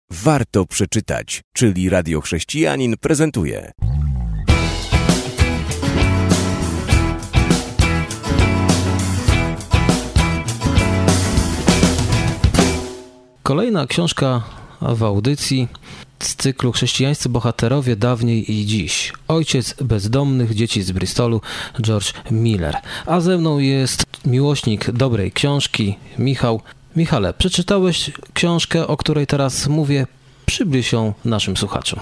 Warto przeczytać, czyli Radio Chrześcijanin prezentuje. Kolejna książka w audycji z cyklu Chrześcijańscy bohaterowie dawniej i dziś. Ojciec bezdomnych dzieci z Bristolu, George Miller. A ze mną jest miłośnik dobrej książki, Michał. Michale, przeczytałeś książkę, o której teraz mówię. Przybliż ją naszym słuchaczom.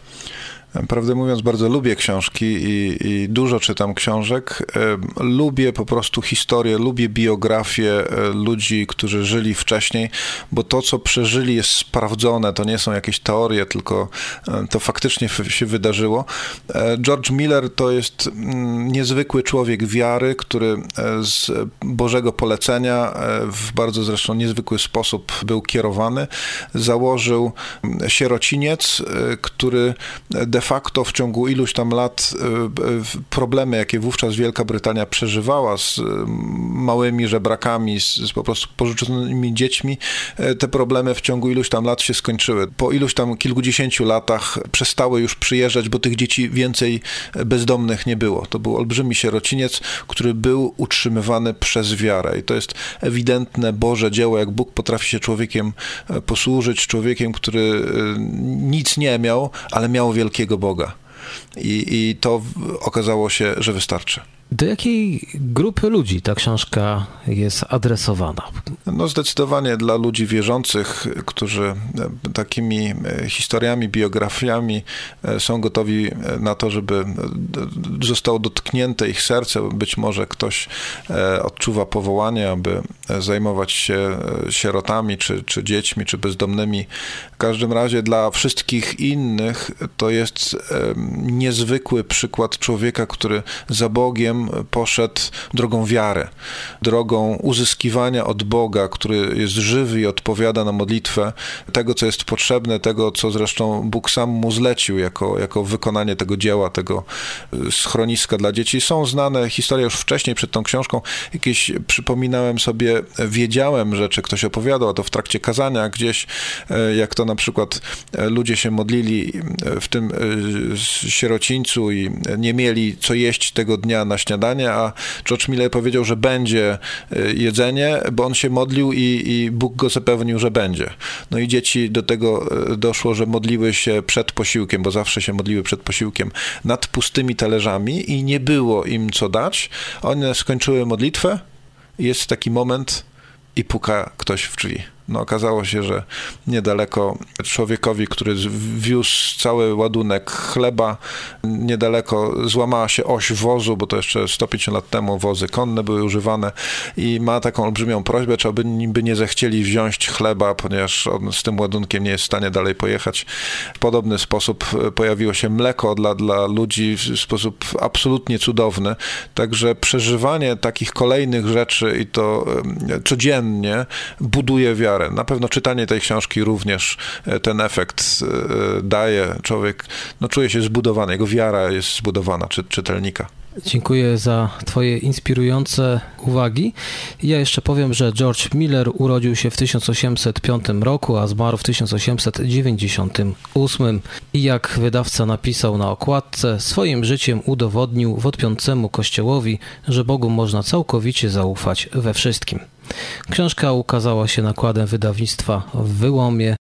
Prawdę mówiąc, bardzo lubię książki i dużo czytam książek. Lubię po prostu historię, lubię biografię ludzi, którzy żyli wcześniej, bo to, co przeżyli, jest sprawdzone. To nie są jakieś teorie, tylko to faktycznie się wydarzyło. George Miller to jest niezwykły człowiek wiary, który z Bożego polecenia w bardzo zresztą niezwykły sposób był kierowany. Założył sierociniec, który de facto w ciągu iluś tam lat problemy, jakie wówczas Wielka Brytania przeżywała z małymi żebrakami, z po prostu porzuconymi dziećmi, te problemy w ciągu iluś tam lat się skończyły. Po iluś tam kilkudziesięciu latach przestały już przyjeżdżać, bo tych dzieci więcej bezdomnych nie było. To był olbrzymi sierociniec, który był utrzymywany przez wiarę. I to jest ewidentne Boże dzieło, jak Bóg potrafi się człowiekiem posłużyć, człowiekiem, który nic nie miał, ale miał wielkiego Boga. I to okazało się, że wystarczy. Do jakiej grupy ludzi ta książka jest adresowana? No zdecydowanie dla ludzi wierzących, którzy takimi historiami, biografiami są gotowi na to, żeby zostało dotknięte ich serce. Być może ktoś odczuwa powołanie, aby zajmować się sierotami, czy dziećmi, czy bezdomnymi. W każdym razie dla wszystkich innych to jest niezwykły przykład człowieka, który za Bogiem poszedł drogą wiary, drogą uzyskiwania od Boga, który jest żywy i odpowiada na modlitwę, tego, co jest potrzebne, tego, co zresztą Bóg sam mu zlecił jako wykonanie tego dzieła, tego schroniska dla dzieci. Są znane historie już wcześniej przed tą książką. Jakieś przypominałem sobie, wiedziałem rzeczy, ktoś opowiadał, a to w trakcie kazania gdzieś, jak to na przykład ludzie się modlili w tym sierocińcu i nie mieli co jeść tego dnia na śniadanie, a George Miller powiedział, że będzie jedzenie, bo on się modlił i Bóg go zapewnił, że będzie. No i dzieci do tego doszło, że modliły się przed posiłkiem, bo zawsze się modliły przed posiłkiem nad pustymi talerzami i nie było im co dać. One skończyły modlitwę i jest taki moment i puka ktoś w drzwi. No okazało się, że niedaleko człowiekowi, który wiózł cały ładunek chleba, niedaleko złamała się oś wozu, bo to jeszcze 150 lat temu wozy konne były używane i ma taką olbrzymią prośbę, czy aby nie zechcieli wziąć chleba, ponieważ on z tym ładunkiem nie jest w stanie dalej pojechać. W podobny sposób pojawiło się mleko dla ludzi w sposób absolutnie cudowny. Także przeżywanie takich kolejnych rzeczy i to codziennie buduje wiarę. Na pewno czytanie tej książki również ten efekt daje. Człowiek czuje się zbudowany, jego wiara jest zbudowana, czytelnika. Dziękuję za Twoje inspirujące uwagi. Ja jeszcze powiem, że George Miller urodził się w 1805 roku, a zmarł w 1898 i jak wydawca napisał na okładce, swoim życiem udowodnił wątpiącemu Kościołowi, że Bogu można całkowicie zaufać we wszystkim. Książka ukazała się nakładem wydawnictwa w Wyłomie